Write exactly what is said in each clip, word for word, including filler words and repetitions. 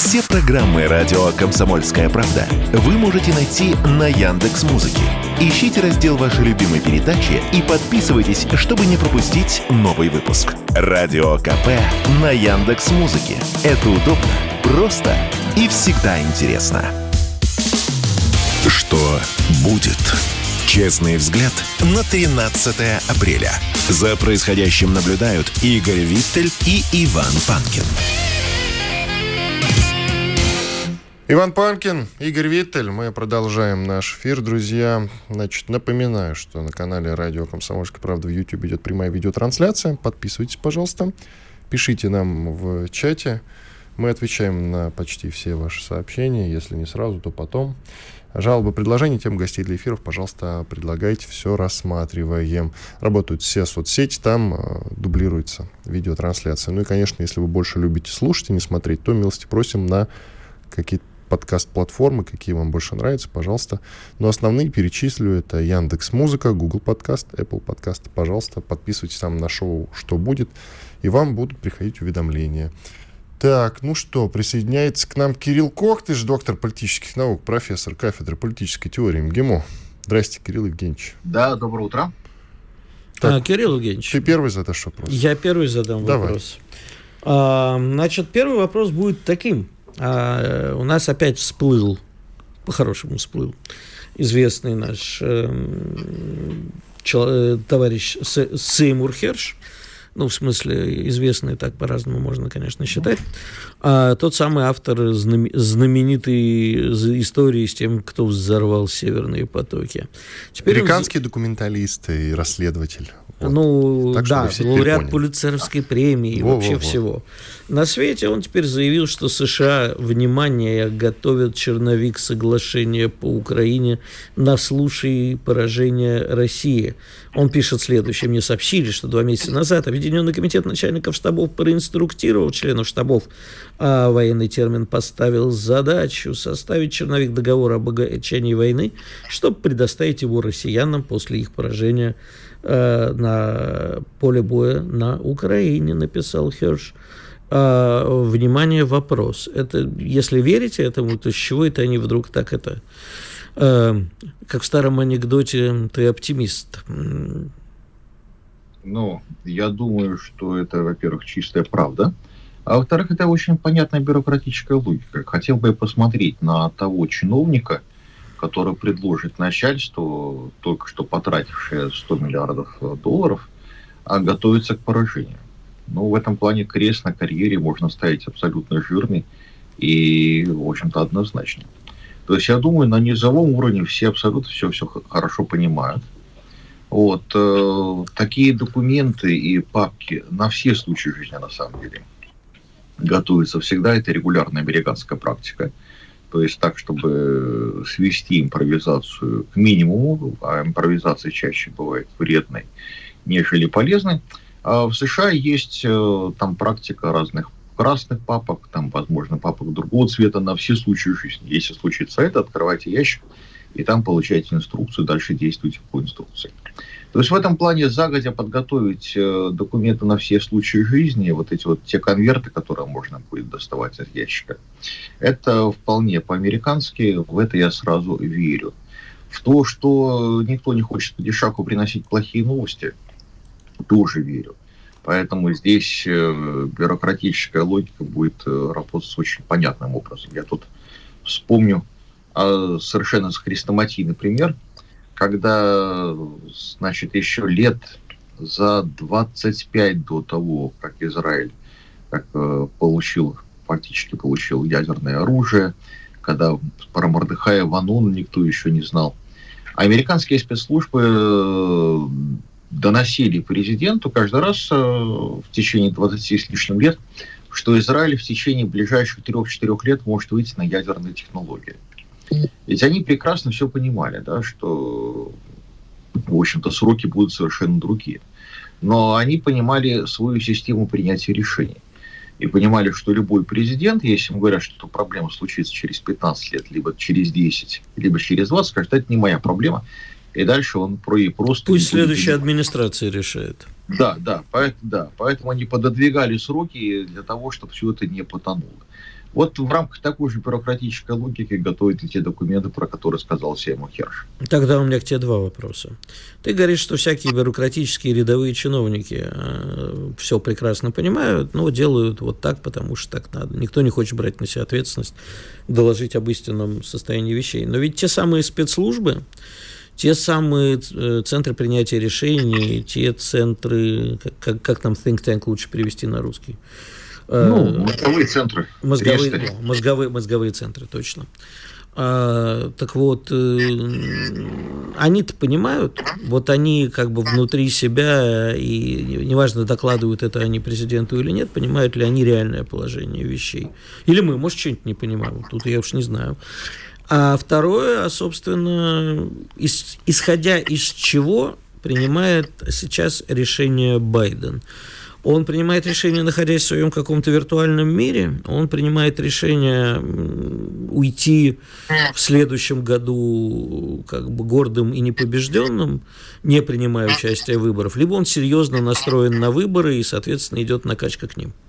Все программы радио «Комсомольская правда» вы можете найти на Яндекс.Музыке. Ищите раздел вашей любимой передачи и подписывайтесь, чтобы не пропустить новый выпуск. Радио КП на Яндекс.Музыке. Это удобно, просто и всегда интересно. Что будет? Честный взгляд на тринадцатое апреля. За происходящим наблюдают Игорь Виттель и Иван Панкин. Иван Панкин, Игорь Виттель. Мы продолжаем наш эфир, друзья. Значит, напоминаю, что на канале радио «Комсомольская правда» в YouTube идет прямая видеотрансляция. Подписывайтесь, пожалуйста. Пишите нам в чате. Мы отвечаем на почти все ваши сообщения. Если не сразу, то потом. Жалобы, предложения, тем гостей для эфиров, пожалуйста, предлагайте, все рассматриваем. Работают все соцсети, там э, дублируется видеотрансляция. Ну и, конечно, если вы больше любите слушать, а не смотреть, то милости просим на какие-то подкаст-платформы, какие вам больше нравятся, пожалуйста. Но основные перечислю. Это Яндекс.Музыка, Google Подкаст, Apple Подкаст. Пожалуйста, подписывайтесь там на шоу «Что будет», и вам будут приходить уведомления. Так, ну что, присоединяется к нам Кирилл Кохтыш, доктор политических наук, профессор кафедры политической теории МГИМО. Здрасте, Кирилл Евгеньевич. Да, доброе утро. Так, а, Кирилл Евгеньевич. Ты первый задашь вопрос? Я первый задам Давай. вопрос. А, значит, первый вопрос будет таким. А, у нас опять всплыл, по-хорошему всплыл, известный наш э, чел, товарищ С, Сеймур Херш. Ну, в смысле, известный, так по-разному можно, конечно, считать. А тот самый автор знаменитой истории с тем, кто взорвал северные потоки. Теперь Американский он... документалист и расследователь. Вот. Ну, так, да, лауреат Пулитцеровской премии и во, вообще во, во. всего. На свете он теперь заявил, что США, внимание, готовят черновик соглашения по Украине на случай поражения России. Он пишет следующее. Мне сообщили, что два месяца назад Объединенный комитет начальников штабов проинструктировал членов штабов, а военный термин поставил задачу составить черновик договора об окончании войны, чтобы предоставить его россиянам после их поражения э, на поле боя на Украине, написал Херш. А, внимание, вопрос. Это, если верите этому, то с чего это они вдруг так это... Э, как в старом анекдоте, ты оптимист. Ну, я думаю, что это, во-первых, чистая правда. А во-вторых, это очень понятная бюрократическая логика. Хотел бы я посмотреть на того чиновника, который предложит начальству, только что потратившее сто миллиардов долларов, а готовится к поражению. Ну, в этом плане крест на карьере можно ставить абсолютно жирный и, в общем-то, однозначно. То есть, я думаю, на низовом уровне все абсолютно все, все хорошо понимают. Вот. Э, такие документы и папки на все случаи жизни, на самом деле, готовятся всегда. Это регулярная американская практика. То есть, так, чтобы свести импровизацию к минимуму, а импровизация чаще бывает вредной, нежели полезной. А в США есть э, там практика разных красных папок, там, возможно, папок другого цвета на все случаи жизни. Если случится это, открывайте ящик, и там получаете инструкцию, дальше действуйте по инструкции. То есть в этом плане загодя подготовить э, документы на все случаи жизни, вот эти вот те конверты, которые можно будет доставать из ящика, это вполне по-американски, в это я сразу верю. В то, что никто не хочет по дешаку приносить плохие новости, тоже верю. Поэтому здесь бюрократическая логика будет работать очень понятным образом. Я тут вспомню совершенно хрестоматийный пример, когда, значит, еще лет за двадцать пять до того, как Израиль как, получил, фактически получил ядерное оружие, когда про Мордехая Вануна никто еще не знал, американские спецслужбы доносили президенту каждый раз э, в течение двадцати с лишним лет, что Израиль в течение ближайших трех-четырех лет может выйти на ядерные технологии. Ведь они прекрасно все понимали, да, что, в общем-то, сроки будут совершенно другие. Но они понимали свою систему принятия решений. И понимали, что любой президент, если ему говорят, что проблема случится через пятнадцать лет, либо через десять, либо через двадцать, скажет, это не моя проблема. И дальше он про и просто... Пусть следующая администрация решает. Да, да, поэтому, да, поэтому они пододвигали сроки для того, чтобы все это не потонуло. Вот в рамках такой же бюрократической логики готовят ли те документы, про которые сказал Сеймур Херш? Тогда у меня к тебе два вопроса. Ты говоришь, что всякие бюрократические рядовые чиновники э, все прекрасно понимают, но делают вот так, потому что так надо. Никто не хочет брать на себя ответственность, доложить об истинном состоянии вещей. Но ведь те самые спецслужбы, те самые э, центры принятия решений, те центры, как, как там think tank лучше перевести на русский? Ну, мозговые центры. Мозговые, мозговые, мозговые центры, точно. А, так вот, э, они-то понимают, вот они как бы внутри себя, и неважно, докладывают это они президенту или нет, понимают ли они реальное положение вещей. Или мы, может, что-нибудь не понимаем, тут я уж не знаю. А второе, собственно, из, исходя из чего принимает сейчас решение Байден. Он принимает решение, находясь в своем каком-то виртуальном мире, он принимает решение уйти в следующем году как бы гордым и непобежденным, не принимая участия в выборах, либо он серьезно настроен на выборы и, соответственно, идет накачка к ним.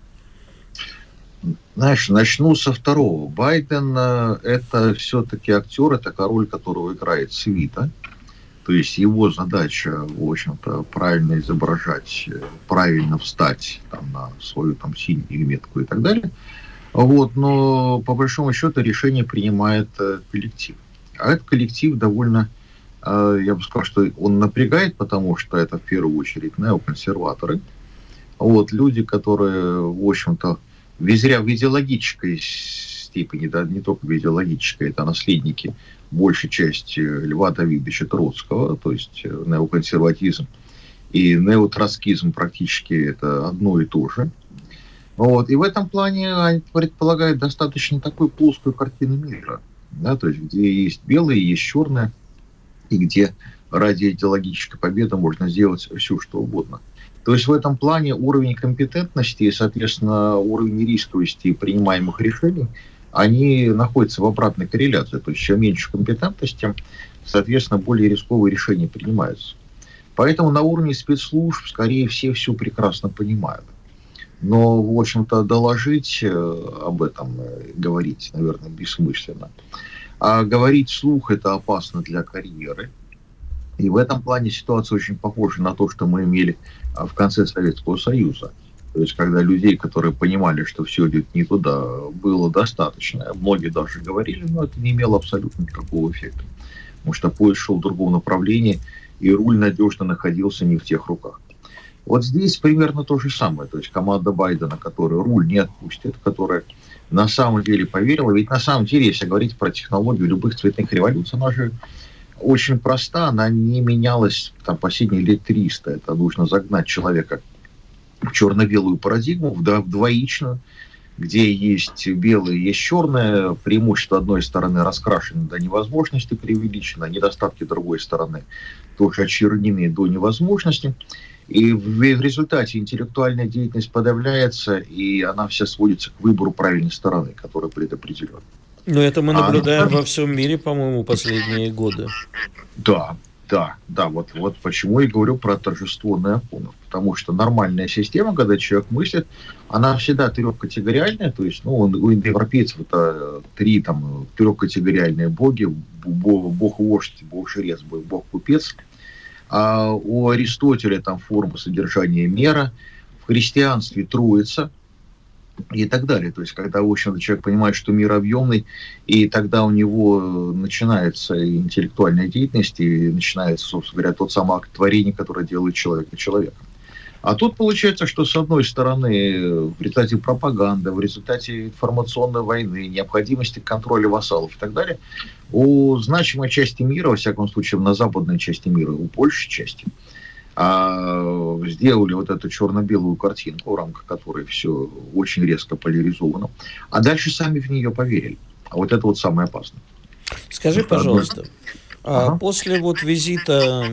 Знаешь, начну со второго. Байден – это все-таки актер, это король, которого играет свита. То есть его задача, в общем-то, правильно изображать, правильно встать там, на свою там, синюю метку и так далее. Вот, но по большому счету решение принимает э, коллектив. А этот коллектив довольно, э, я бы сказал, что он напрягает, потому что это в первую очередь неоконсерваторы. Вот, люди, которые, в общем-то, в идеологической степени, да, не только в идеологической, это наследники большей части Льва Давидовича Троцкого, то есть неоконсерватизм и неотроцкизм практически это одно и то же. Вот. И в этом плане они предполагают достаточно такую плоскую картину мира, да, то есть где есть белое, есть черное, и где ради идеологической победы можно сделать все, что угодно. То есть в этом плане уровень компетентности и, соответственно, уровень рисковости принимаемых решений, они находятся в обратной корреляции. То есть чем меньше компетентности, соответственно, более рисковые решения принимаются. Поэтому на уровне спецслужб, скорее, все все прекрасно понимают. Но, в общем-то, доложить об этом, говорить, наверное, бессмысленно. А говорить вслух – это опасно для карьеры. И в этом плане ситуация очень похожа на то, что мы имели в конце Советского Союза. То есть, когда людей, которые понимали, что все идет не туда, было достаточно. Многие даже говорили, но это не имело абсолютно никакого эффекта. Потому что поезд шел в другом направлении, и руль надежно находился не в тех руках. Вот здесь примерно то же самое. То есть, команда Байдена, которая руль не отпустит, которая на самом деле поверила. Ведь на самом деле, если говорить про технологию любых цветных революций, она же очень проста, она не менялась там, последние лет триста. Это нужно загнать человека в черно-белую парадигму, в двоичную, где есть белое, есть черное, преимущество одной стороны раскрашено до невозможности, преувеличено, недостатки другой стороны тоже очернены до невозможности. И в результате интеллектуальная деятельность подавляется, и она вся сводится к выбору правильной стороны, которая предопределена. Но это мы наблюдаем а, во всем мире, по-моему, последние годы. Да, да, да, вот, вот почему я говорю про торжество неоконов. Потому что нормальная система, когда человек мыслит, она всегда трехкатегориальная, то есть, ну, у европейцев это три там трехкатегориальные боги, бог-вождь, бог-жрец, бог-купец. А у Аристотеля там форма содержания мера, в христианстве троица и так далее. То есть, когда, в общем-то, человек понимает, что мир объемный, и тогда у него начинается интеллектуальная деятельность, и начинается, собственно говоря, тот самый акт творения, который делает человека человеком. А тут получается, что с одной стороны, в результате пропаганды, в результате информационной войны, необходимости контроля вассалов и так далее, у значимой части мира, во всяком случае на западной части мира, у большей части, а, сделали вот эту черно-белую картинку, в рамках которой все очень резко поляризовано, а дальше сами в нее поверили. А вот это вот самое опасное. Скажи, пожалуйста, ага. после вот визита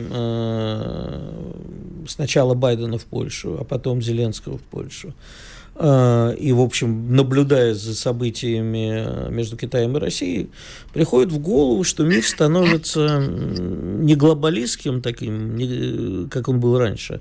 э, сначала Байдена в Польшу, а потом Зеленского в Польшу, э, и, в общем, наблюдая за событиями между Китаем и Россией, приходит в голову, что мир становится не глобалистским таким, не, как он был раньше,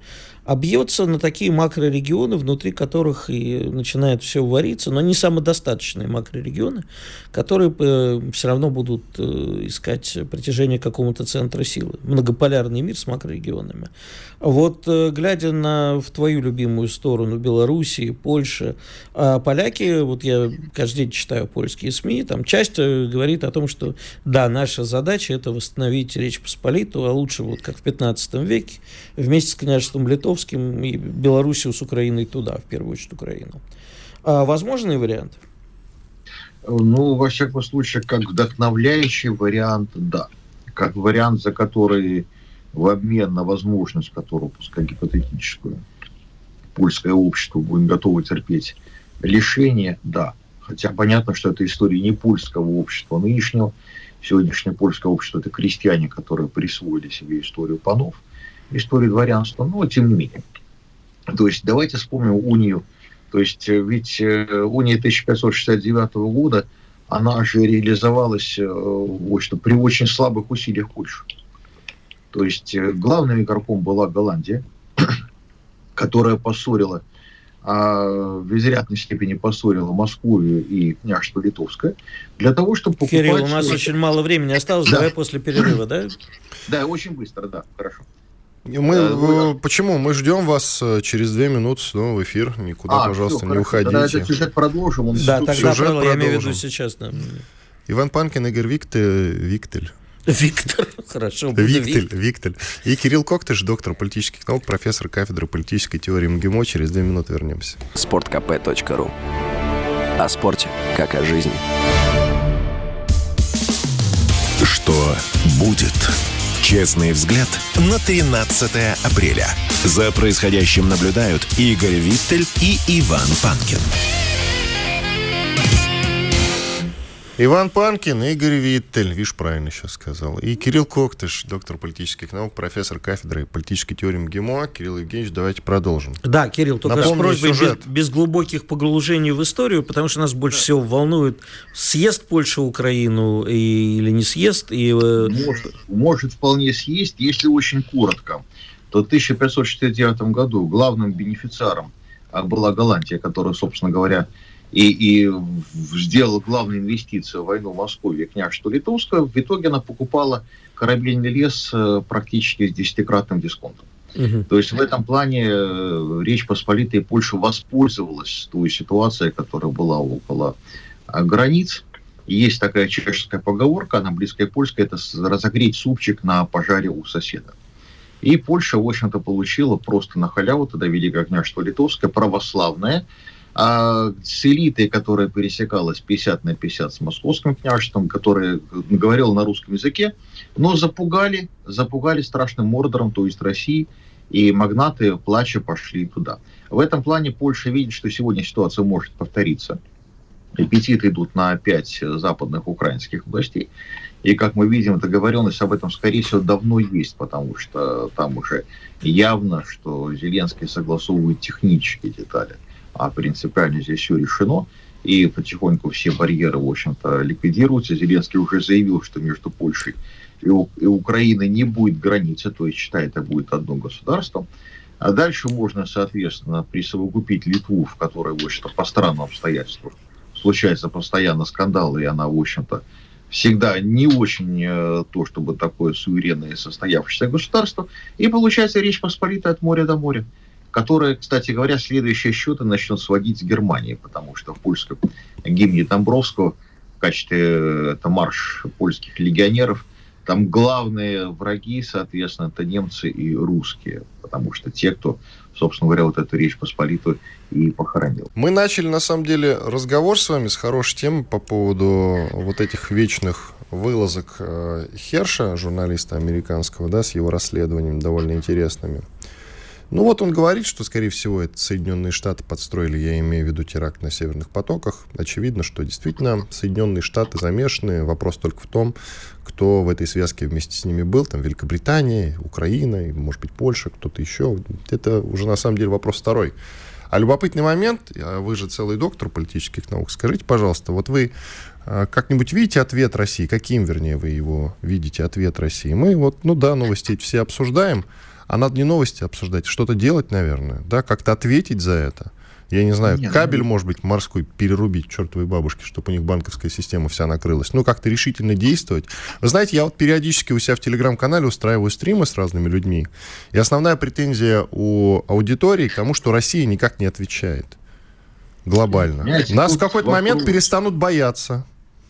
а бьется на такие макрорегионы, внутри которых и начинает все вариться, но не самодостаточные макрорегионы, которые все равно будут искать притяжение к какому-то центру силы. Многополярный мир с макрорегионами. Вот, глядя на, в твою любимую сторону Белоруссии, Польши, а поляки, вот я каждый день читаю польские СМИ, там часть говорит о том, что да, наша задача — это восстановить Речь Посполитую, а лучше вот как в пятнадцатом веке, вместе с княжеством Литовским и Белоруссию с Украиной туда, в первую очередь Украину. А возможный вариант? Ну, во всяком случае, как вдохновляющий вариант, да. Как вариант, за который в обмен на возможность, которую, пускай гипотетическую, польское общество будет готово терпеть лишение, да. Хотя понятно, что это история не польского общества нынешнего. Сегодняшнее польское общество — это крестьяне, которые присвоили себе историю панов, историю дворянства, но тем не менее. То есть давайте вспомним унию. То есть ведь уния тысяча пятьсот шестьдесят девятого года, она же реализовалась вот, что, при очень слабых усилиях Польши. То есть главным игроком была Голландия, которая поссорила, а в изрядной степени поссорила Московию и княжество Литовское, для того, чтобы покупать... Кирилл, у нас очень мало времени осталось, да. Давай после перерыва, да? Да, очень быстро, да, хорошо. Мы, а, почему? Мы ждем вас через две минуты снова в эфир. Никуда, а, пожалуйста, все, не уходите. Тогда этот сюжет продолжим. Он да, тогда сюжет продолжим. Я имею в виду сейчас. Да. Иван Панкин, Игорь Виктель. Виктель. Виктор, хорошо. Виктель, Виктель. И Кирилл Коктыш, доктор политических наук, профессор кафедры политической теории МГИМО. Через две минуты вернемся. спорт ка пэ точка ру. О спорте, как о жизни. Что будет? Честный взгляд на тринадцатое апреля. За происходящим наблюдают Игорь Виттель и Иван Панкин. Иван Панкин, Игорь Виттель, видишь, правильно сейчас сказал. И Кирилл Коктыш, доктор политических наук, профессор кафедры политической теории МГИМО. Кирилл Евгеньевич, давайте продолжим. Да, Кирилл, только Напомню, с просьбой без, без глубоких погружений в историю, потому что нас больше да. всего волнует, съест Польша Украину и, или не съест. И... Может, может вполне съесть, если очень коротко. То в тысяча пятьсот шестьдесят девятом году главным бенефициаром была Голландия, которая, собственно говоря, И, и сделала главную инвестицию в войну Московии, княжество Литовское. В итоге она покупала корабельный лес практически с десятикратным дисконтом. Угу. То есть в этом плане Речь Посполитая Польша воспользовалась той ситуацией, которая была около границ. Есть такая чешская поговорка, она близкая польская, это разогреть супчик на пожаре у соседа. И Польша, в общем-то, получила просто на халяву тогда Великое княжество Литовское, православное, а с элитой, которая пересекалась пятьдесят на пятьдесят с московским княжеством, которая говорила на русском языке, но запугали, запугали страшным мордором, то есть России, и магнаты, плача, пошли туда. В этом плане Польша видит, что сегодня ситуация может повториться. Аппетиты идут на пять западных украинских областей. И, как мы видим, договоренность об этом, скорее всего, давно есть, потому что там уже явно, что Зеленский согласовывает технические детали. А принципиально здесь все решено, и потихоньку все барьеры, в общем-то, ликвидируются. Зеленский уже заявил, что между Польшей и, У- и Украиной не будет границы, то есть, считай, это будет одно государство. А дальше можно, соответственно, присовокупить Литву, в которой, в общем-то, по странным обстоятельствам случаются постоянно скандалы, и она, в общем-то, всегда не очень э, то, чтобы такое суверенное состоявшееся государство. И получается Речь Посполитая от моря до моря, которая, кстати говоря, следующие счеты начнет сводить с Германией, потому что в польском гимне Домбровского в качестве это марш польских легионеров, там главные враги, соответственно, это немцы и русские, потому что те, кто, собственно говоря, вот эту Речь Посполитую и похоронил. Мы начали, на самом деле, разговор с вами с хорошей темы по поводу вот этих вечных вылазок Херша, журналиста американского, да, с его расследованиями довольно интересными. Ну вот он говорит, что, скорее всего, это Соединенные Штаты подстроили, я имею в виду теракт на Северных потоках. Очевидно, что действительно Соединенные Штаты замешаны. Вопрос только в том, кто в этой связке вместе с ними был. Там Великобритания, Украина, может быть, Польша, кто-то еще. Это уже на самом деле вопрос второй. А любопытный момент, вы же целый доктор политических наук, скажите, пожалуйста, вот вы как-нибудь видите ответ России? Каким, вернее, вы его видите, ответ России? Мы вот, ну да, новости все обсуждаем. А надо не новости обсуждать, что-то делать, наверное, да, как-то ответить за это. Я не знаю, Нет, кабель, ну... может быть, морской перерубить чертовой бабушке, чтобы у них банковская система вся накрылась. Ну, как-то решительно действовать. Вы знаете, я вот периодически у себя в Телеграм-канале устраиваю стримы с разными людьми. И основная претензия у аудитории к тому, что Россия никак не отвечает глобально. Знаете, Нас в какой-то вопрос... момент перестанут бояться.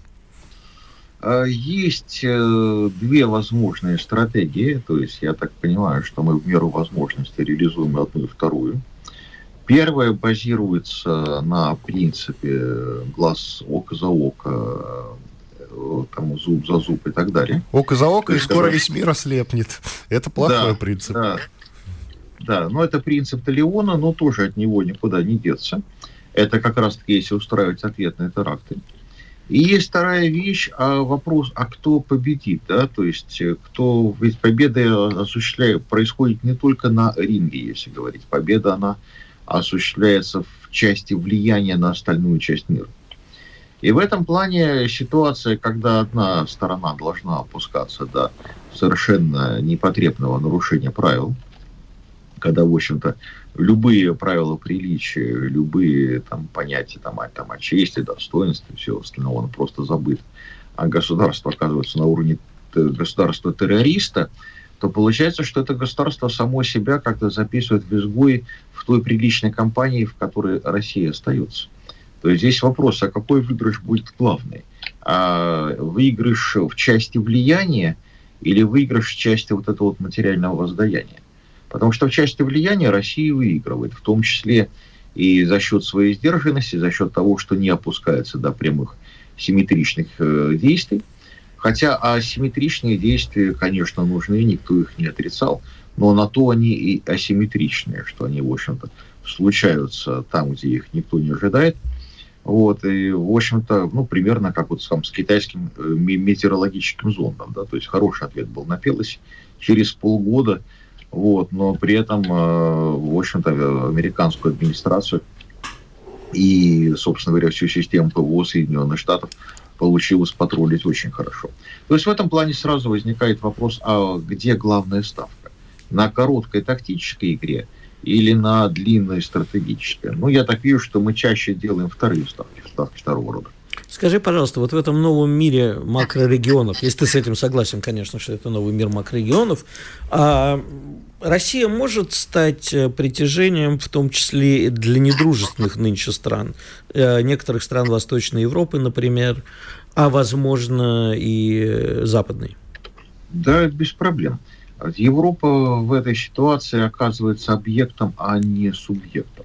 Есть две возможные стратегии. То есть я так понимаю, что мы в меру возможности реализуем одну и вторую. Первая базируется на принципе глаз око за око, там, зуб за зуб и так далее. Око за око, и скоро весь мир ослепнет. Это плохой да, принцип. Да, да, но это принцип Талеона, но тоже от него никуда не деться. Это как раз-таки если устраивать ответные теракты. И есть вторая вещь, а вопрос, а кто победит, да, то есть кто, ведь победа осуществляет, происходит не только на ринге, если говорить, победа, она осуществляется в части влияния на остальную часть мира. И в этом плане ситуация, когда одна сторона должна опускаться до совершенно непотребного нарушения правил, когда, в общем-то, любые правила приличия, любые там, понятия там, там, о чести, достоинстве, все остальное, он просто забыт, а государство оказывается на уровне государства-террориста, то получается, что это государство само себя как-то записывает в изгои в той приличной компании, в которой Россия остается. То есть здесь вопрос, а какой выигрыш будет главный? А выигрыш в части влияния или выигрыш в части вот этого вот материального воздаяния? Потому что в части влияния Россия выигрывает, в том числе и за счет своей сдержанности, за счет того, что не опускается до прямых симметричных э, действий. Хотя асимметричные действия, конечно, нужны, никто их не отрицал, но на то они и асимметричные, что они, в общем-то, случаются там, где их никто не ожидает. Вот, и, в общем-то, ну, примерно как вот сам с китайским метеорологическим зондом, да, то есть хороший ответ был на Пелосе через полгода, вот, но при этом, в общем-то, американскую администрацию и, собственно говоря, всю систему ПВО Соединенных Штатов получилось патрулить очень хорошо. То есть в этом плане сразу возникает вопрос, а где главная ставка? На короткой тактической игре или на длинной стратегической? Ну, я так вижу, что мы чаще делаем вторые ставки, ставки второго рода. Скажи, пожалуйста, вот в этом новом мире макрорегионов, если ты с этим согласен, конечно, что это новый мир макрорегионов, а Россия может стать притяжением, в том числе для недружественных нынче стран, некоторых стран Восточной Европы, например, а, возможно, и западной? Да, без проблем. Европа в этой ситуации оказывается объектом, а не субъектом.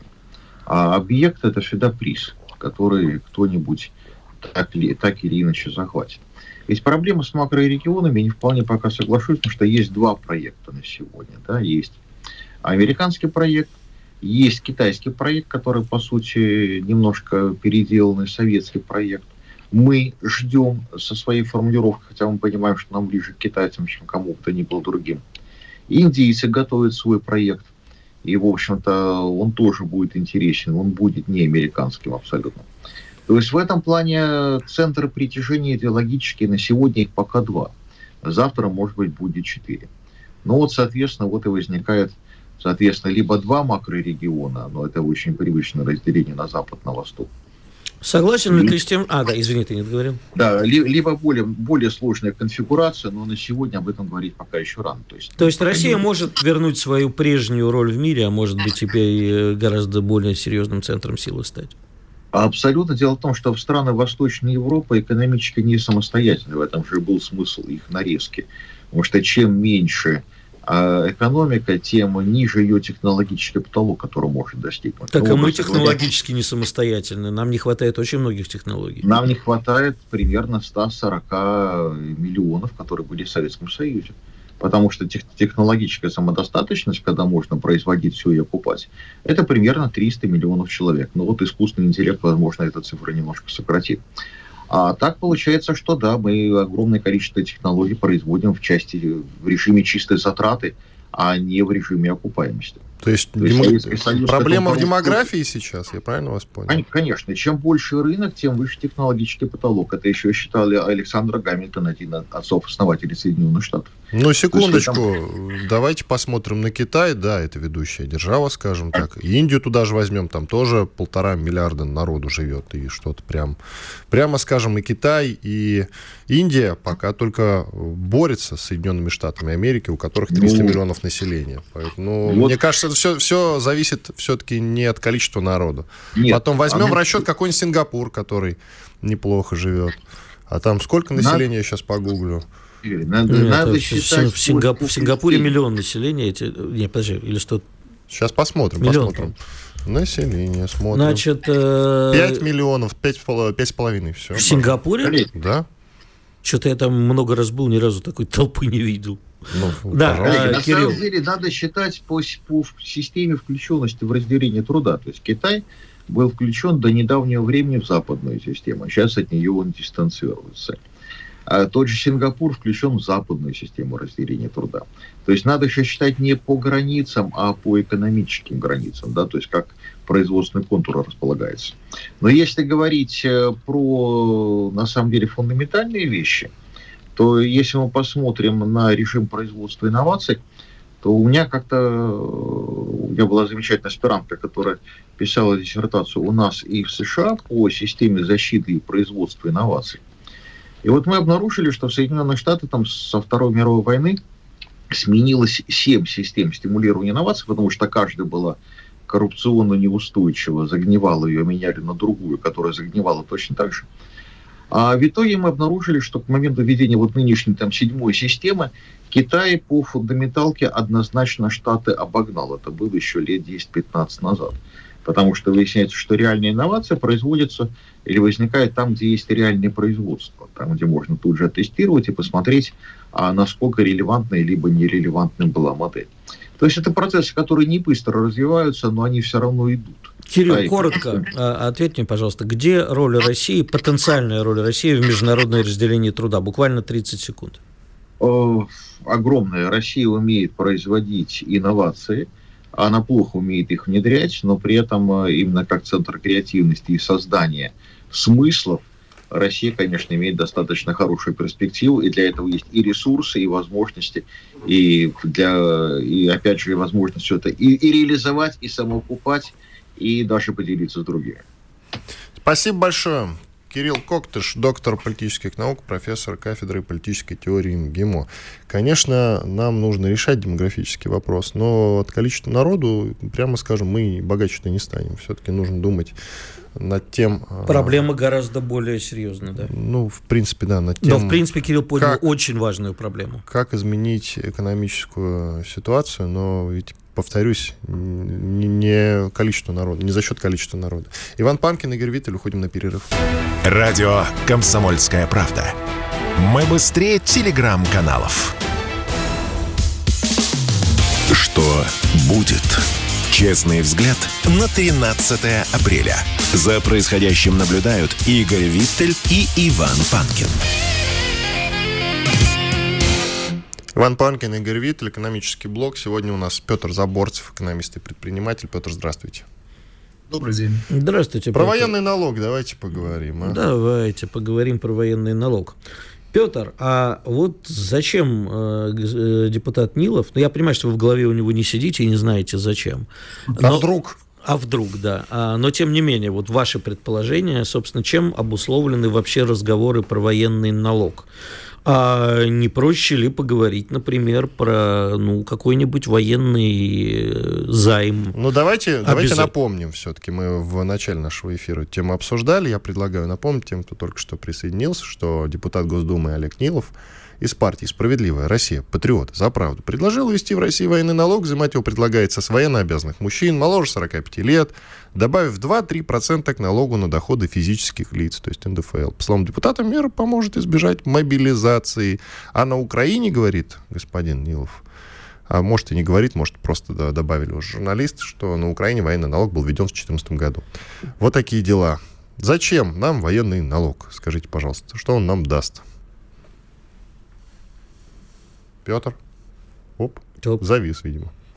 А объект – это всегда приз, который кто-нибудь так или, так или иначе захватит. Есть проблема с макрорегионами, не вполне пока соглашусь, потому что есть два проекта на сегодня. Да? Есть американский проект, есть китайский проект, который, по сути, немножко переделанный советский проект. Мы ждем со своей формулировкой, хотя мы понимаем, что нам ближе к китайцам, чем кому бы то ни было другим. Индийцы готовят свой проект, и, в общем-то, он тоже будет интересен, он будет не американским абсолютно. То есть в этом плане центр притяжения идеологический на сегодня их пока два. Завтра, может быть, будет четыре. Ну вот, соответственно, вот и возникает, соответственно, либо два макрорегиона, но это очень привычное разделение на запад, на восток. Согласен ли ты с тем... А, да, извини, ты не договорил. Да, ли, либо более, более сложная конфигурация, но на сегодня об этом говорить пока еще рано. То есть, То есть Россия не... может вернуть свою прежнюю роль в мире, а может быть, теперь гораздо более серьезным центром силы стать? Абсолютно. Дело в том, что в страны Восточной Европы экономически не самостоятельны. В этом же был смысл их нарезки. Потому что чем меньше э, экономика, тем ниже ее технологический потолок, который может достигнуть. Так, ну, а мы технологически не самостоятельны. Нам не хватает очень многих технологий. Нам не хватает примерно сто сорок миллионов, которые были в Советском Союзе. Потому что тех, технологическая самодостаточность, когда можно производить все и окупать, это примерно триста миллионов человек. Но вот искусственный интеллект, возможно, эту цифру немножко сократит. А так получается, что да, мы огромное количество технологий производим в части, в режиме чистой затраты, а не в режиме окупаемости. То есть, То есть Советский Союз, проблема в который... демографии сейчас, я правильно вас понял? Конечно. Чем больше рынок, тем выше технологический потолок. Это еще считали Александра Гамильтон, один из отцов-основателей Соединенных Штатов. Ну, секундочку. Там... Давайте посмотрим на Китай. Да, это ведущая держава, скажем так. Индию туда же возьмем. Там тоже полтора миллиарда народу живет. И что-то прям... Прямо скажем, и Китай, и Индия пока только борются с Соединенными Штатами Америки, у которых триста ну... миллионов населения. Поэтому, вот... мне кажется, это все, все зависит все-таки не от количества народу. Нет, Потом возьмем а... в расчет какой-нибудь Сингапур, который неплохо живет. А там сколько населения, я сейчас погуглю. Надо, Нет, надо считать... В, Сингап... в Сингапуре миллион населения. Эти... Не, подожди, или что? Сейчас посмотрим, миллион, посмотрим. Население, смотрим. Значит... Э... пять миллионов, пять с половиной, все. В Сингапуре? Да. Что-то я там много раз был, ни разу такой толпы не видел. Ну, да, а, на Кирилл. самом деле надо считать по, по системе включенности в разделение труда. То есть Китай был включен до недавнего времени в западную систему, а сейчас от нее он дистанцируется. А тот же Сингапур включен в западную систему разделения труда. То есть надо еще считать не по границам, а по экономическим границам, да, то есть как производственный контур располагается. Но если говорить про, на самом деле, фундаментальные вещи, то если мы посмотрим на режим производства инноваций, то у меня как-то... У меня была замечательная аспирантка, которая писала диссертацию у нас и в США по системе защиты и производства инноваций. И вот мы обнаружили, что в Соединенных Штатах там, со Второй мировой войны сменилось семь систем стимулирования инноваций, потому что каждая была коррупционно неустойчива, загнивала ее, меняли на другую, которая загнивала точно так же. А в итоге мы обнаружили, что к моменту введения вот нынешней там, седьмой системы Китай по фундаменталке однозначно Штаты обогнал. Это было еще лет десять-пятнадцать назад. Потому что выясняется, что реальная инновация производится или возникает там, где есть реальное производство. Там, где можно тут же тестировать и посмотреть, а насколько релевантной либо нерелевантной была модель. То есть это процессы, которые не быстро развиваются, но они все равно идут. Кирилл, а коротко это... ответь мне, пожалуйста, где роль России, потенциальная роль России в международном разделении труда? Буквально тридцать секунд. О, огромная. Россия умеет производить инновации. Она плохо умеет их внедрять, но при этом именно как центр креативности и создания смыслов Россия, конечно, имеет достаточно хорошую перспективу, и для этого есть и ресурсы, и возможности, и, для, и опять же, возможность все это и, и реализовать, и самоокупать, и даже поделиться с другими. Спасибо большое. Кирилл Коктыш, доктор политических наук, профессор кафедры политической теории МГИМО. Конечно, нам нужно решать демографический вопрос, но от количества народу, прямо скажем, мы богаче-то не станем. Все-таки нужно думать над тем... Проблема гораздо более серьезная, да? Ну, в принципе, да, над тем... Но, в принципе, Кирилл поднял как, очень важную проблему. Как изменить экономическую ситуацию, но ведь... Повторюсь, не количество народа, не за счет количества народа. Иван Панкин, Игорь Виттель, уходим на перерыв. Радио «Комсомольская правда». Мы быстрее телеграм-каналов. Что будет? Честный взгляд на тринадцатое апреля. За происходящим наблюдают Игорь Виттель и Иван Панкин. Иван Панкин, Игорь Виттель, экономический блок. Сегодня у нас Петр Заборцев, экономист и предприниматель. Петр, здравствуйте. Добрый день. Здравствуйте, Про Петр. военный налог давайте поговорим. А? Давайте поговорим про военный налог. Петр, а вот зачем э, депутат Нилов, ну я понимаю, что вы в голове у него не сидите и не знаете зачем. Но... А вдруг? А вдруг, да. А, но тем не менее, вот ваши предположения, собственно, чем обусловлены вообще разговоры про военный налог? А не проще ли поговорить, например, про ну, какой-нибудь военный займ? Ну, давайте, давайте напомним все-таки. Мы в начале нашего эфира эту тему обсуждали. Я предлагаю напомнить тем, кто только что присоединился, что депутат Госдумы Олег Нилов из партии «Справедливая Россия», патриот, за правду, предложил ввести в России военный налог. Взимать его предлагается с военнообязанных мужчин моложе сорока пяти лет, добавив два-три процента к налогу на доходы физических лиц, то есть эн дэ эф эл. По словам депутата, мера поможет избежать мобилизации. А на Украине, говорит господин Нилов, а может и не говорит, может просто да, добавили уже журналисты, что на Украине военный налог был введен в две тысячи четырнадцатом году. Вот такие дела. Зачем нам военный налог? Скажите, пожалуйста, что он нам даст? Петр? Оп, Топ. завис, видимо.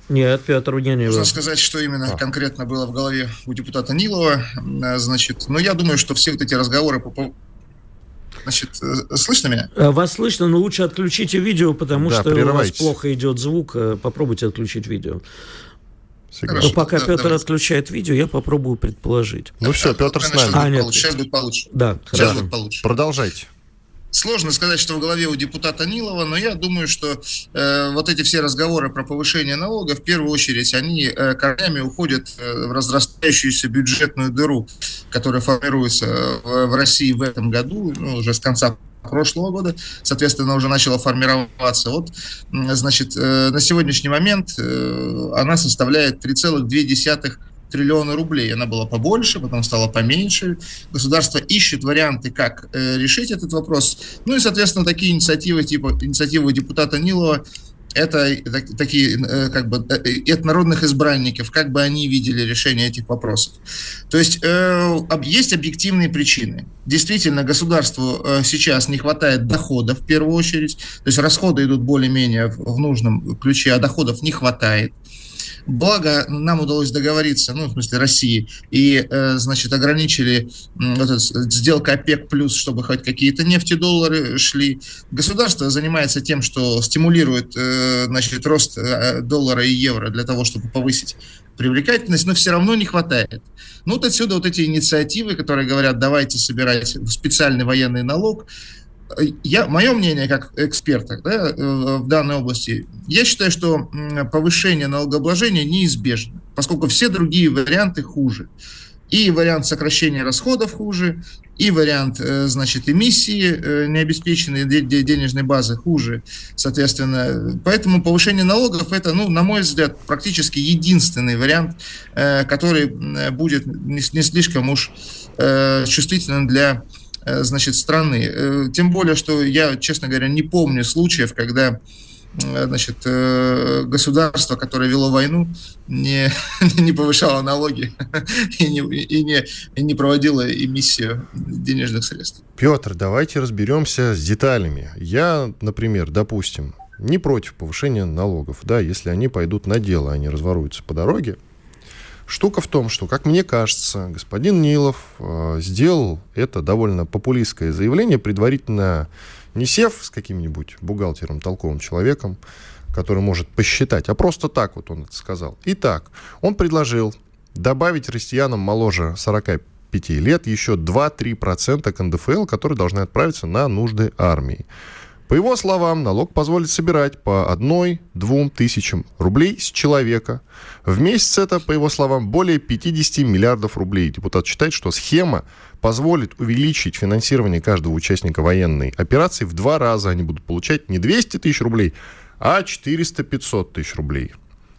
Нет, Петр, не, не Нужно было. сказать, что именно А. конкретно было в голове у депутата Нилова. Значит, но я думаю, что все вот эти разговоры по поводу... Значит, слышно меня? Вас слышно, но лучше отключите видео, потому Да, что у вас прерывайтесь. плохо идет звук. Попробуйте отключить видео. Согласен. Но пока да, Петр давайте. отключает видео, я попробую предположить. Ну все, Петр с Сейчас нами. А, нет. будет получше. Сейчас будет получше. Да, Сейчас хорошо. будет получше. Продолжайте. Сложно сказать, что в голове у депутата Нилова, но я думаю, что э, вот эти все разговоры про повышение налогов, в первую очередь, они э, корнями уходят э, в разрастающуюся бюджетную дыру, которая формируется в, в России в этом году, ну, уже с конца прошлого года, соответственно, уже начала формироваться. Вот, значит, э, на сегодняшний момент э, она составляет три целых две десятых триллиона рублей. Она была побольше, потом стала поменьше. Государство ищет варианты, как э, решить этот вопрос. Ну и, соответственно, такие инициативы, типа инициативы депутата Нилова, это так, такие, э, как бы, э, от народных избранников, как бы они видели решение этих вопросов. То есть э, об, есть объективные причины. Действительно, государству э, сейчас не хватает доходов в первую очередь. То есть расходы идут более-менее в, в нужном ключе, а доходов не хватает. Благо, нам удалось договориться, ну, в смысле России, и, э, значит, ограничили э, вот эту сделку ОПЕК+, чтобы хоть какие-то нефтедоллары шли. Государство занимается тем, что стимулирует, э, значит, рост э, доллара и евро для того, чтобы повысить привлекательность, но все равно не хватает. Ну, вот отсюда вот эти инициативы, которые говорят, давайте собирать специальный военный налог. Я, мое мнение как эксперта, да, в данной области, я считаю, что повышение налогообложения неизбежно, поскольку все другие варианты хуже. И вариант сокращения расходов хуже, и вариант, значит, эмиссии необеспеченной денежной базы хуже, соответственно. Поэтому повышение налогов – это, ну, на мой взгляд, практически единственный вариант, который будет не слишком уж чувствителен для, значит, страны. Тем более, что я, честно говоря, не помню случаев, когда, значит, государство, которое вело войну, не, не повышало налоги и не, и, не, и не проводило эмиссию денежных средств. Петр, давайте разберемся с деталями. Я, например, допустим, не против повышения налогов, да, если они пойдут на дело, они разворуются по дороге. Штука в том, что, как мне кажется, господин Нилов э, сделал это довольно популистское заявление, предварительно не сев с каким-нибудь бухгалтером, толковым человеком, который может посчитать, а просто так вот он это сказал. Итак, он предложил добавить россиянам моложе сорока пяти лет еще два-три процента к эн дэ эф эл, которые должны отправиться на нужды армии. По его словам, налог позволит собирать по одной-двум тысячам рублей с человека. В месяц это, по его словам, более пятьдесят миллиардов рублей. Депутат считает, что схема позволит увеличить финансирование каждого участника военной операции в два раза. Они будут получать не двести тысяч рублей, а четыреста-пятьсот тысяч рублей.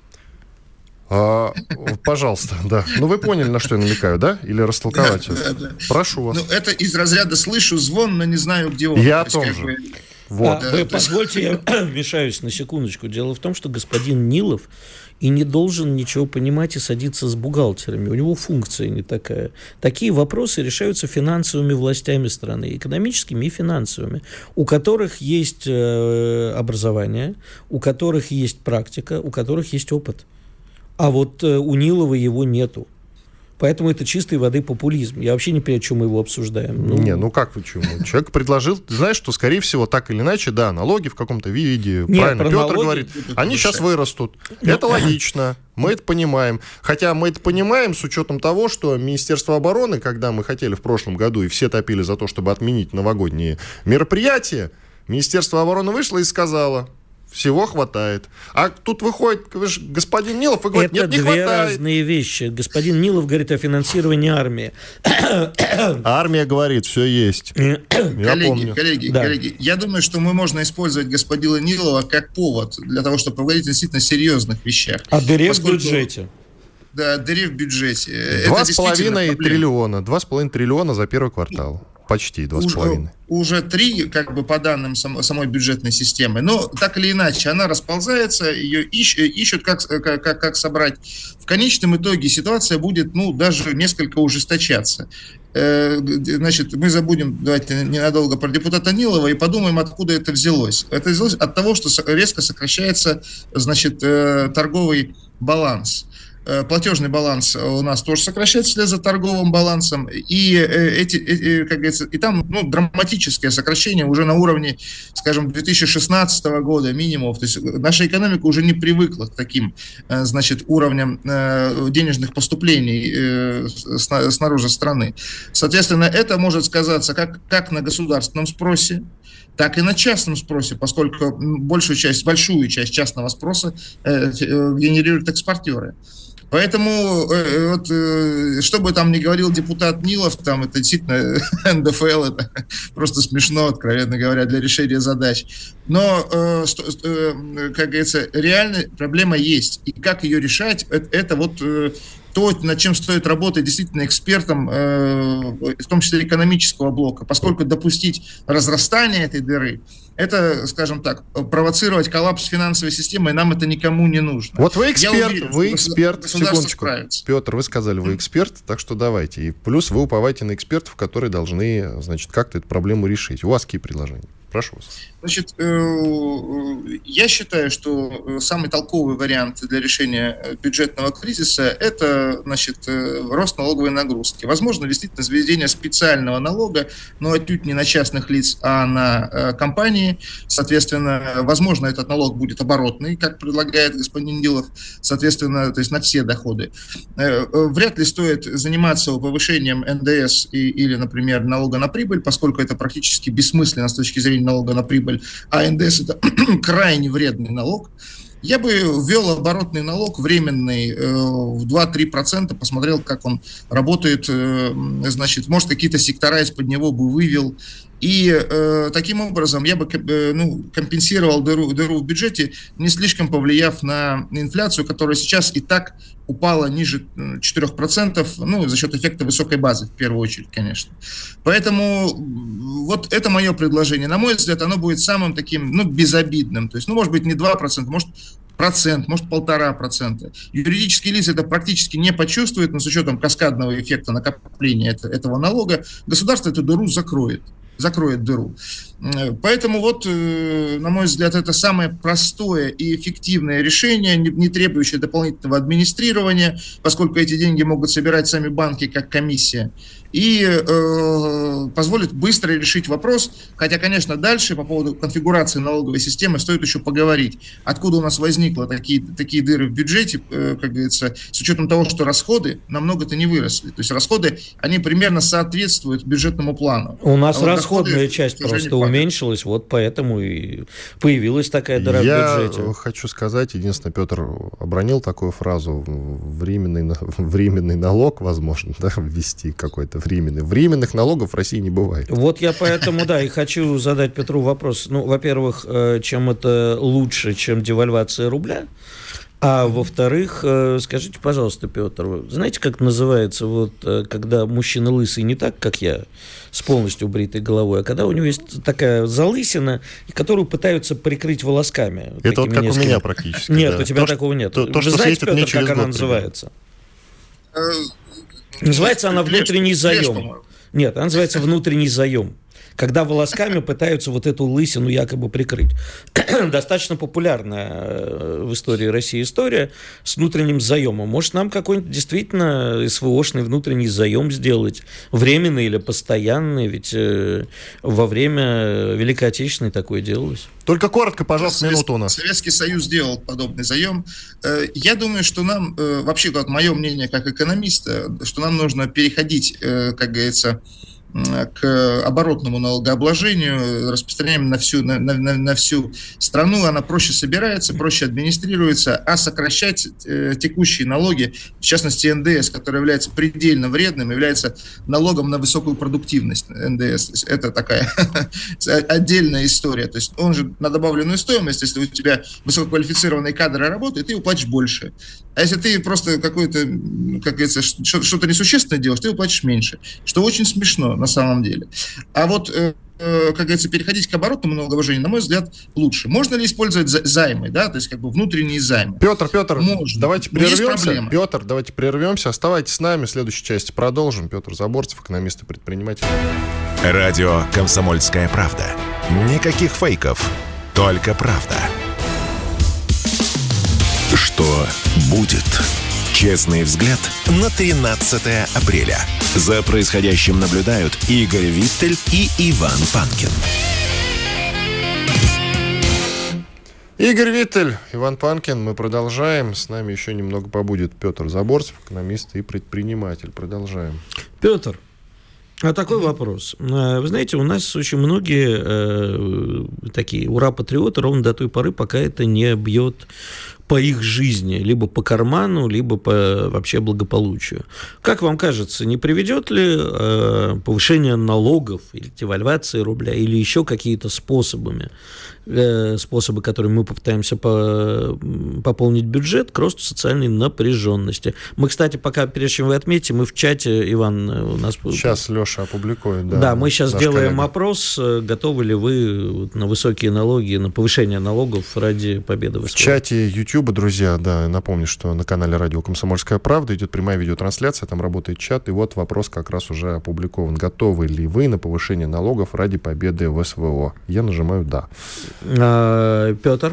А, пожалуйста, да. Ну, вы поняли, на что я намекаю, да? Или растолковать? Да, да, да. Прошу вас. Ну, это из разряда «слышу звон, но не знаю, где он». Я о То том есть, же. как бы, Вот. А, вы позвольте, я вмешаюсь на секундочку. Дело в том, что господин Нилов и не должен ничего понимать и садиться с бухгалтерами. У него функция не такая. Такие вопросы решаются финансовыми властями страны, экономическими и финансовыми, у которых есть э, образование, у которых есть практика, у которых есть опыт. А вот э, у Нилова его нету. Поэтому это чистой воды популизм. Я вообще не понимаю, о чем мы его обсуждаем. Ну... Не, ну как почему? Человек предложил, знаешь, что, скорее всего, так или иначе, да, налоги в каком-то виде, Нет, правильно про Петр налоги говорит, это они сейчас вырастут. Ну, Это логично, мы это понимаем. Хотя мы это понимаем с учетом того, что Министерство обороны, когда мы хотели в прошлом году, и все топили за то, чтобы отменить новогодние мероприятия, Министерство обороны вышло и сказало... Всего хватает. А тут выходит господин Нилов и говорит, это нет, не две хватает. разные вещи. Господин Нилов говорит о финансировании армии. Армия говорит, все есть. Я коллеги, помню. коллеги, Да. коллеги, я думаю, что мы можно использовать господина Нилова как повод для того, чтобы поговорить о действительно серьезных вещах. О дыре в Поскольку- бюджете. Да, дыре в бюджете. Два Это с половиной действительно проблема. триллиона. Два с половиной триллиона за первый квартал. Почти два с Уже, половиной. уже три, как бы по данным сам- самой бюджетной системы. Но так или иначе, она расползается, ее ищ, ищут, как, как, как собрать. В конечном итоге ситуация будет, ну, даже несколько ужесточаться. значит, мы забудем, давайте ненадолго про депутата Нилова и подумаем, откуда это взялось. Это взялось от того, что резко сокращается, значит, торговый баланс. Платежный баланс у нас тоже сокращается вслед за торговым балансом, и эти, как говорится, и там ну, драматическое сокращение уже на уровне, скажем, две тысячи шестнадцатого года минимум. То есть наша экономика уже не привыкла к таким, значит, уровням денежных поступлений снаружи страны. Соответственно, это может сказаться как, как на государственном спросе, так и на частном спросе, поскольку большую часть, большую часть частного спроса генерируют экспортеры. Поэтому, вот, что бы там ни говорил депутат Нилов, там это действительно эн дэ эф эл, это просто смешно, откровенно говоря, для решения задач. Но, как говорится, реально проблема есть. И как ее решать, это вот то, над чем стоит работать действительно экспертам, в том числе экономического блока, поскольку допустить разрастание этой дыры, это, скажем так, провоцировать коллапс финансовой системы, и нам это никому не нужно. Вот вы эксперт, уверен, вы эксперт, секундочку. Справится. Петр, вы сказали, вы эксперт, так что давайте. И плюс вы уповаете на экспертов, которые должны, значит, как-то эту проблему решить. У вас какие предложения? Прошу вас. Значит, я считаю, что самый толковый вариант для решения бюджетного кризиса – это, значит, рост налоговой нагрузки. Возможно, действительно, введение специального налога, но отнюдь не на частных лиц, а на компании. Соответственно, возможно, этот налог будет оборотный, как предлагает господин Нилов, соответственно, то есть на все доходы. Вряд ли стоит заниматься повышением эн дэ эс и, или, например, налога на прибыль, поскольку это практически бессмысленно с точки зрения налога на прибыль, а эн дэ эс это крайне вредный налог. Я бы ввел оборотный налог временный э, в два-три процента, посмотрел, как он работает, э, значит, может, какие-то сектора из-под него бы вывел. И э, таким образом я бы э, ну, компенсировал дыру, дыру в бюджете, не слишком повлияв на инфляцию, которая сейчас и так упала ниже четырех процентов, ну, за счет эффекта высокой базы, в первую очередь, конечно. Поэтому вот это мое предложение. На мой взгляд, оно будет самым таким, ну, безобидным. То есть, ну, может быть, не два процента, может, процент, может, полтора процента. Юридические лица это практически не почувствуют, но с учетом каскадного эффекта накопления этого налога, государство эту дыру закроет. закроет дыру. Поэтому вот, на мой взгляд, это самое простое и эффективное решение, не требующее дополнительного администрирования, поскольку эти деньги могут собирать сами банки как комиссия, и э, позволит быстро решить вопрос, хотя, конечно, дальше по поводу конфигурации налоговой системы стоит еще поговорить, откуда у нас возникли такие, такие дыры в бюджете, э, как говорится, с учетом того, что расходы намного-то не выросли. То есть расходы, они примерно соответствуют бюджетному плану. У нас а вот расходная доходы, часть просто уменьшилась, вот поэтому и появилась такая дыра Я в бюджете. Я хочу сказать, единственное, Петр обронил такую фразу, временный, временный налог, возможно, да, ввести какой-то временный. Временных налогов в России не бывает. Вот я поэтому, да, и хочу задать Петру вопрос. Ну, во-первых, чем это лучше, чем девальвация рубля? А во-вторых, скажите, пожалуйста, Петр, знаете, как называется, вот, когда мужчина лысый не так, как я, с полностью бритой головой, а когда у него есть такая залысина, которую пытаются прикрыть волосками. Это вот как несколько... у меня практически. Нет, да. у тебя то, такого нет. То, то, Вы что знаете, Петр, через как она год, называется? Называется она внутренний заем. Нет, она называется внутренний заем. Когда волосками пытаются вот эту лысину якобы прикрыть. Достаточно популярная в истории России история с внутренним заемом. Может, нам какой-нибудь действительно СВОшный внутренний заем сделать? Временный или постоянный? Ведь во время Великой Отечественной такое делалось. Только коротко, пожалуйста, Совет... минуту у нас. Советский Союз сделал подобный заем. Я думаю, что нам, вообще, как мое мнение как экономиста, что нам нужно переходить, как говорится, к оборотному налогообложению, распространяем на всю, на, на, на всю страну, она проще собирается, проще администрируется, а сокращать э, текущие налоги, в частности эн дэ эс, который является предельно вредным, является налогом на высокую продуктивность эн дэ эс. Это такая отдельная история. То есть он же на добавленную стоимость, если у тебя высококвалифицированные кадры работают, ты уплатишь больше. А если ты просто какое-то, как говорится, что-то несущественное делаешь, ты уплатишь меньше, что очень смешно на самом деле. А вот э, как говорится, переходить к оборотному налогообложению, на мой взгляд, лучше. Можно ли использовать займы, да, то есть как бы внутренние займы? Петр, Петр, Можно. давайте прервемся. Петр, давайте прервемся. Оставайтесь с нами. В следующей части продолжим. Петр Заборцев, экономист и предприниматель. Радио «Комсомольская правда». Никаких фейков, только правда. Что будет? Честный взгляд на тринадцатое апреля. За происходящим наблюдают Игорь Виттель и Иван Панкин. Игорь Виттель, Иван Панкин. Мы продолжаем. С нами еще немного побудет Петр Заборцев, экономист и предприниматель. Продолжаем. Петр, а такой вопрос. Вы знаете, у нас очень многие э, такие ура-патриоты ровно до той поры, пока это не бьет по их жизни, либо по карману, либо по вообще благополучию. Как вам кажется, не приведет ли э, повышение налогов или девальвация рубля, или еще какие-то способами, э, способы, которыми мы попытаемся по, пополнить бюджет, к росту социальной напряженности? Мы, кстати, пока, прежде чем вы отметите, мы в чате, Иван, у нас... Сейчас Леша опубликует, да. Да, мы сейчас делаем коллега. Опрос, готовы ли вы на высокие налоги, на повышение налогов ради победы в СВО? В чате YouTube, друзья, да, напомню, что на канале радио «Комсомольская правда» идет прямая видеотрансляция, там работает чат, и вот вопрос как раз уже опубликован. Готовы ли вы на повышение налогов ради победы в СВО? Я нажимаю «да». А, Петр?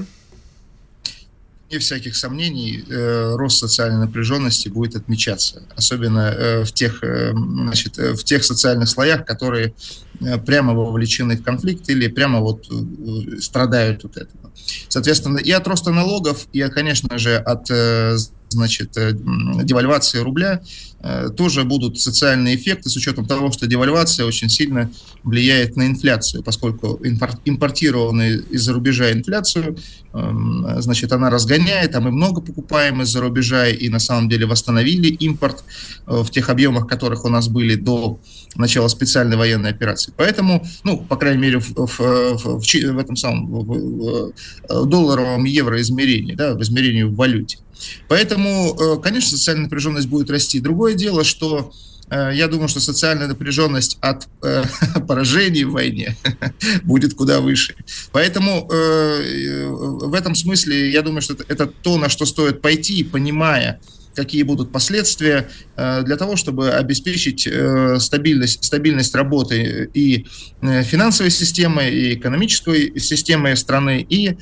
Вне всяких сомнений, э, рост социальной напряженности будет отмечаться, особенно э, в тех, э, значит, в тех социальных слоях, которые э, прямо вовлечены в конфликт или прямо вот э, страдают от этого. Соответственно, и от роста налогов, и, конечно же, от э, значит, э, девальвации рубля э, тоже будут социальные эффекты, с учетом того, что девальвация очень сильно влияет на инфляцию, поскольку импорт, импортированную из-за рубежа инфляцию, э, значит, она разгоняет, а мы много покупаем из-за рубежа и на самом деле восстановили импорт э, в тех объемах, которых у нас были до начала специальной военной операции. Поэтому, ну, по крайней мере, в, в, в, в этом самом в, в долларовом евроизмерении, да, в измерении в валюте. Поэтому, конечно, социальная напряженность будет расти. Другое дело, что я думаю, что социальная напряженность от э, поражений в войне будет куда выше. Поэтому э, в этом смысле я думаю, что это, это то, на что стоит пойти, понимая, какие будут последствия, для того, чтобы обеспечить стабильность, стабильность работы и финансовой системы, и экономической системы страны, и,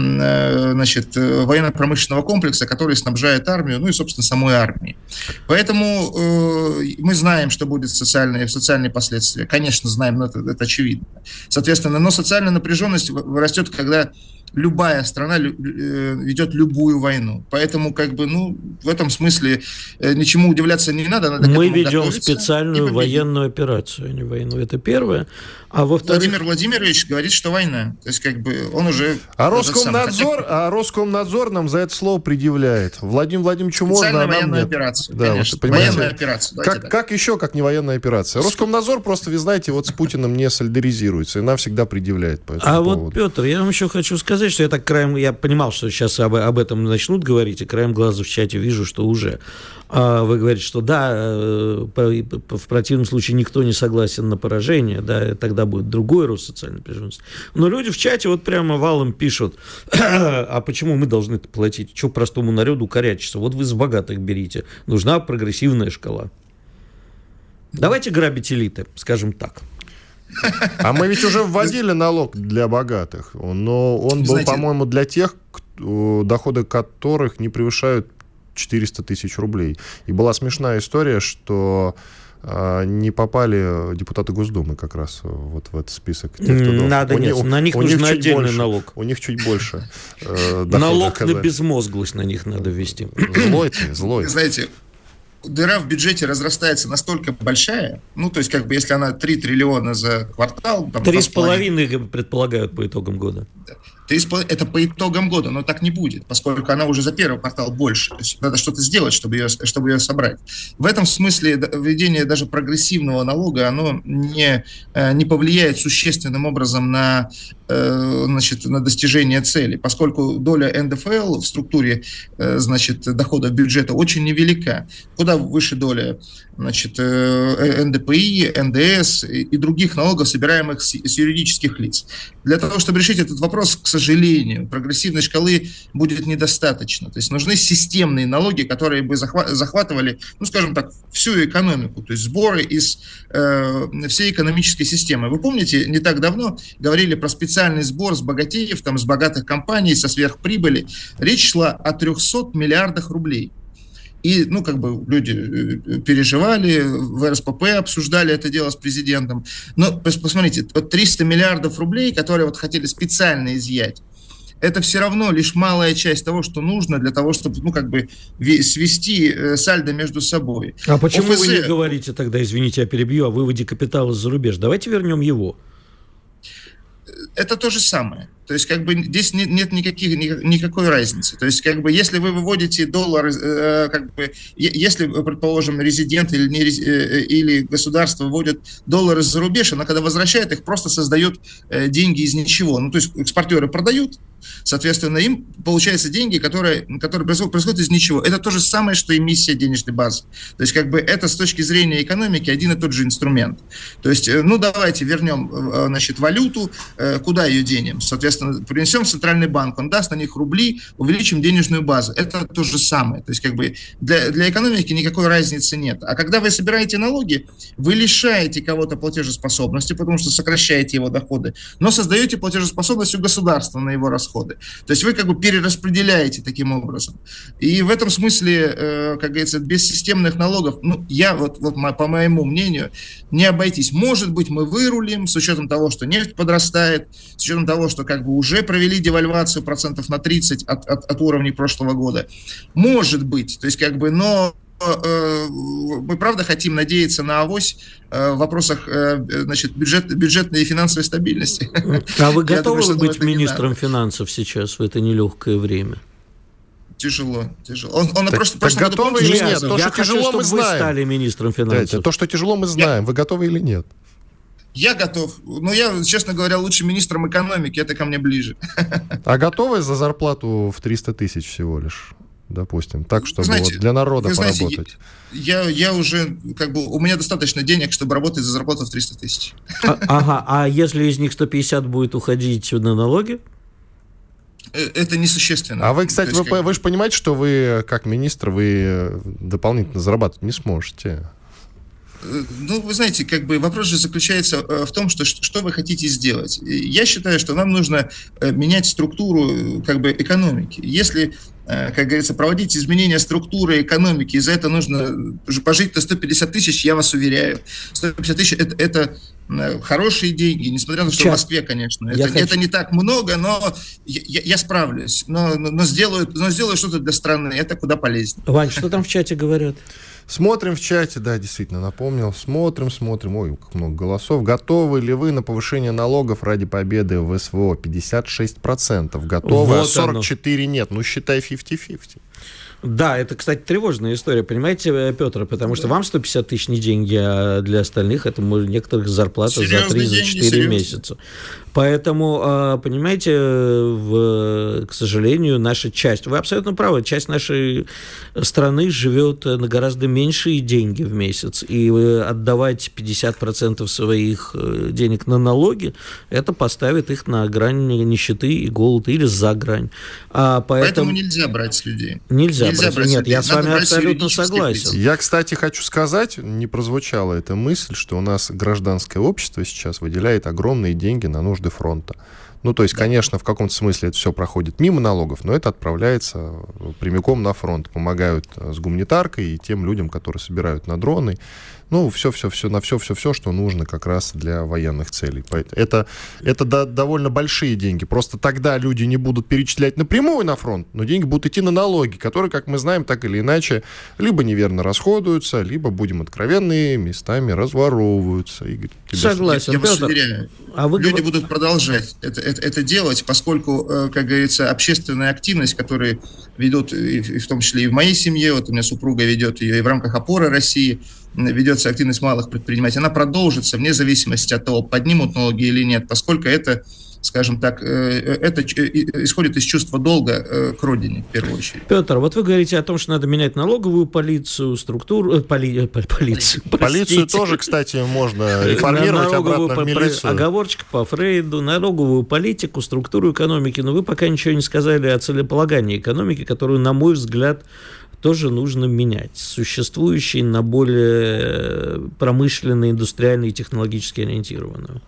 значит, военно-промышленного комплекса, который снабжает армию, ну и, собственно, самой армии. Поэтому мы знаем, что будут социальные, социальные последствия. Конечно, знаем, но это, это очевидно. Соответственно, но социальная напряженность растет, когда любая страна ведет любую войну. Поэтому, как бы, ну, в этом смысле ничему удивляться не надо. надо Мы ведем специальную военную операцию, а не войну. Это первое. А во-вторых... Владимир Владимирович говорит, что война. То есть, как бы, он уже... А Роскомнадзор, хотя... а Роскомнадзор нам за это слово предъявляет. Владимир Владимировичу можно, а нам военная нет. операция, да, конечно. Вот, военная операция. Как, как еще, как не военная операция? Роскомнадзор просто, вы знаете, вот с Путиным не солидаризируется, и нам всегда предъявляет по этому А поводу. вот, Петр, я вам еще хочу сказать, что я так краем... Я понимал, что сейчас об, об этом начнут говорить, и краем глаза в чате вижу, что уже... Вы говорите, что да, в противном случае никто не согласен на поражение, да, тогда будет другой рост социальной напряженности. Но люди в чате вот прямо валом пишут, а почему мы должны это платить? Что простому народу корячиться? Вот вы с богатых берите. Нужна прогрессивная шкала. Давайте грабить элиты, скажем так. А мы ведь уже вводили налог для богатых, но он был, Знаете, по-моему, для тех, доходы которых не превышают четыреста тысяч рублей. И была смешная история, что э, не попали депутаты Госдумы как раз вот в этот список. Тех, кто Надо, нет, них, на них нужен них отдельный больше, налог. У них чуть больше э, налог на безмозглость на них надо ввести. Злой ты, злой. Знаете, дыра в бюджете разрастается настолько большая, ну, то есть, как бы, если она три триллиона за квартал... Три с половиной предполагают по итогам года. Это по итогам года, но так не будет, поскольку она уже за первый квартал больше. То есть надо что-то сделать, чтобы ее, чтобы ее собрать. В этом смысле введение даже прогрессивного налога, оно не, не повлияет существенным образом на, значит, на достижение цели, поскольку доля эн дэ эф эл в структуре, значит, доходов бюджета очень невелика. Куда выше доля значит, эн дэ пэ и, эн дэ эс и других налогов, собираемых с юридических лиц. Для того, чтобы решить этот вопрос, к сожалению, прогрессивной шкалы будет недостаточно. То есть нужны системные налоги, которые бы захватывали, ну, скажем так, всю экономику, то есть сборы из э, всей экономической системы. Вы помните, не так давно говорили про специальный сбор с богатеев, там, с богатых компаний, со сверхприбыли. Речь шла о трехсот миллиардах рублей. И, ну, как бы люди переживали, в эр эс пэ пэ обсуждали это дело с президентом. Но посмотрите, вот триста миллиардов рублей, которые вот хотели специально изъять, это все равно лишь малая часть того, что нужно для того, чтобы, ну, как бы свести сальдо между собой. А почему ОФЗ... вы не говорите тогда, извините, я перебью, о выводе капитала за рубеж? Давайте вернем его. Это то же самое. То есть, как бы, здесь нет, нет никаких, никакой разницы. То есть, как бы, если вы выводите доллар, э, как бы, если, предположим, резидент или, не, э, или государство выводит доллары за рубеж, она, когда возвращает их, просто создает э, деньги из ничего. Ну, то есть, экспортеры продают, соответственно, им получаются деньги, которые, которые происходят, происходят из ничего. Это то же самое, что эмиссия денежной базы. То есть, как бы, это с точки зрения экономики один и тот же инструмент. То есть, э, ну, давайте вернем, э, значит, валюту, э, куда ее денем? Соответственно, принесем в центральный банк, он даст на них рубли, увеличим денежную базу. Это то же самое. То есть, как бы, для, для экономики никакой разницы нет. А когда вы собираете налоги, вы лишаете кого-то платежеспособности, потому что сокращаете его доходы, но создаете платежеспособность у государства на его расходы. То есть вы, как бы, перераспределяете таким образом. И в этом смысле, э, как говорится, без системных налогов, ну, я вот, вот по моему мнению, не обойтись. Может быть, мы вырулим с учетом того, что нефть подрастает, с учетом того, что, как бы, уже провели девальвацию процентов на тридцать от, от, от уровней прошлого года. Может быть. То есть, как бы, но э, мы, правда, хотим надеяться на авось э, в вопросах э, значит, бюджет, бюджетной и финансовой стабильности. А вы готовы быть министром финансов сейчас в это нелегкое время? Тяжело, тяжело. Он, он так, просто так готовы или нет? То, что тяжело, мы знаем. Вы стали министром финансов. То, что тяжело, мы знаем. Вы готовы или нет? Я готов. Но я, честно говоря, лучше министром экономики, это ко мне ближе. А готовы за зарплату в триста тысяч всего лишь, допустим, так, чтобы знаете, вот для народа поработать? Знаете, я, я уже, как бы, у меня достаточно денег, чтобы работать за зарплату в триста тысяч. А, ага, а если из них сто пятьдесят будет уходить на налоги? Это несущественно. А вы, кстати, вы, как... вы же понимаете, что вы, как министр, вы дополнительно зарабатывать не сможете? Ну, вы знаете, как бы вопрос же заключается в том, что, что вы хотите сделать. Я считаю, что нам нужно менять структуру, как бы, экономики. Если, как говорится, проводить изменения структуры экономики, и за это нужно пожить на сто пятьдесят тысяч, я вас уверяю, сто пятьдесят тысяч это, это хорошие деньги, несмотря на то, что в Москве, конечно. Это, хочу... это не так много, но я, я справлюсь. Но, но, сделаю, но сделаю что-то для страны, это куда полезнее. Вань, что там в чате говорят? Смотрим в чате, да, действительно, напомнил. Смотрим, смотрим. Ой, как много голосов. Готовы ли вы на повышение налогов ради победы в эс вэ о? пятьдесят шесть процентов готовы, вот а сорок четыре процента нет. Ну, считай пятьдесят на пятьдесят. Да, это, кстати, тревожная история, понимаете, Петр, потому что вам сто пятьдесят тысяч не деньги, а для остальных это может, некоторых зарплата за три-четыре месяца. Поэтому, понимаете, в, к сожалению, наша часть, вы абсолютно правы, часть нашей страны живет на гораздо меньшие деньги в месяц, и отдавать пятьдесят процентов своих денег на налоги, это поставит их на грань нищеты и голода, или за грань. А поэтому... поэтому нельзя брать с людей. Нельзя, нельзя брать. брать Нет, людей. Я с вами Надо абсолютно согласен. Я, кстати, хочу сказать, не прозвучала эта мысль, что у нас гражданское общество сейчас выделяет огромные деньги на нужды фронта. Ну, то есть, конечно, в каком-то смысле это все проходит мимо налогов, но это отправляется прямиком на фронт. Помогают с гуманитаркой и тем людям, которые собирают на дроны. Ну, все-все-все, на все-все-все, что нужно как раз для военных целей. Это, это до, довольно большие деньги. Просто тогда люди не будут перечислять напрямую на фронт, но деньги будут идти на налоги, которые, как мы знаем, так или иначе, либо неверно расходуются, либо, будем откровенны, местами разворовываются. Игорь, согласен, я, я вас уверяю, а вы люди будут продолжать это, это, это делать, поскольку, как говорится, общественная активность, которую ведут, и в том числе и в моей семье, вот у меня супруга ведет ее и в рамках «Опоры России», ведется активность малых предпринимателей, она продолжится вне зависимости от того, поднимут налоги или нет, поскольку это скажем так, это исходит из чувства долга к родине, в первую очередь. Петр, вот вы говорите о том, что надо менять налоговую полицию, структуру... Поли, полицию, Полицию тоже, кстати, можно реформировать обратно в милицию. Оговорочка по Фрейду, налоговую политику, структуру экономики, но вы пока ничего не сказали о целеполагании экономики, которую, на мой взгляд, тоже нужно менять, существующей на более промышленную, индустриальную и технологически ориентированную.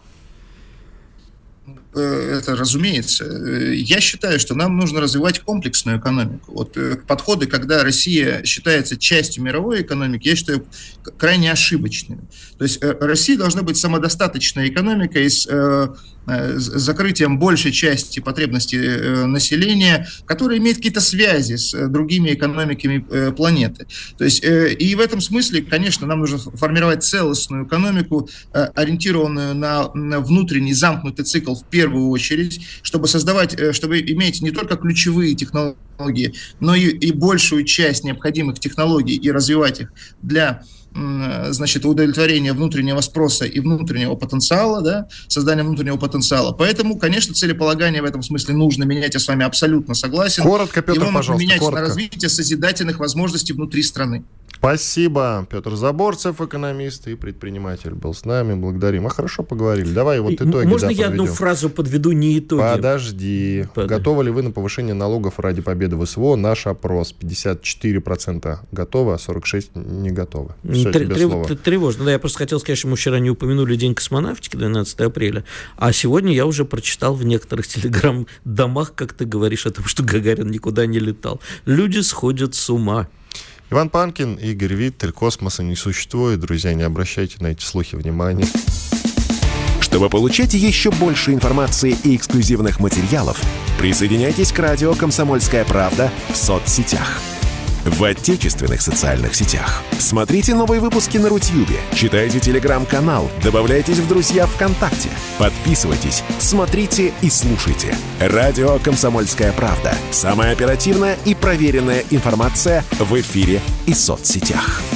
Это разумеется. Я считаю, что нам нужно развивать комплексную экономику. Вот подходы, когда Россия считается частью мировой экономики, я считаю крайне ошибочными. То есть Россия должна быть самодостаточной экономикой с закрытием большей части потребностей населения, которое имеет какие-то связи с другими экономиками планеты. То есть и в этом смысле, конечно, нам нужно формировать целостную экономику, ориентированную на внутренний замкнутый цикл в первую очередь, чтобы создавать, чтобы иметь не только ключевые технологии, но и, и большую часть необходимых технологий и развивать их для, значит, удовлетворения внутреннего спроса и внутреннего потенциала, да, создания внутреннего потенциала. Поэтому, конечно, целеполагание в этом смысле нужно менять, я с вами абсолютно согласен. Коротко, Петр, Его пожалуйста, нужно менять коротко. на развитие созидательных возможностей внутри страны. Спасибо. Петр Заборцев, экономист и предприниматель, был с нами. Благодарим. А хорошо поговорили. Давай вот итоги. Можно да, я подведем. одну фразу подведу, не итоги? Подожди. Подожди. Готовы ли вы на повышение налогов ради победы в СВО? Наш опрос. пятьдесят четыре процента готовы, а сорок шесть процентов не готовы. Все, Тр- тебе трев- слово. Тревожно. Да, я просто хотел сказать, что мы вчера не упомянули День космонавтики, двенадцатого апреля, а сегодня я уже прочитал в некоторых телеграм-домах, как ты говоришь, о том, что Гагарин никуда не летал. Люди сходят с ума. Иван Панкин, Игорь Виттель. Космоса не существует. Друзья, не обращайте на эти слухи внимания. Чтобы получать еще больше информации и эксклюзивных материалов, присоединяйтесь к радио «Комсомольская правда» в соцсетях. В отечественных социальных сетях. Смотрите новые выпуски на Рутьюбе, читайте телеграм-канал, добавляйтесь в друзья ВКонтакте, подписывайтесь, смотрите и слушайте. Радио «Комсомольская правда». Самая оперативная и проверенная информация в эфире и соцсетях.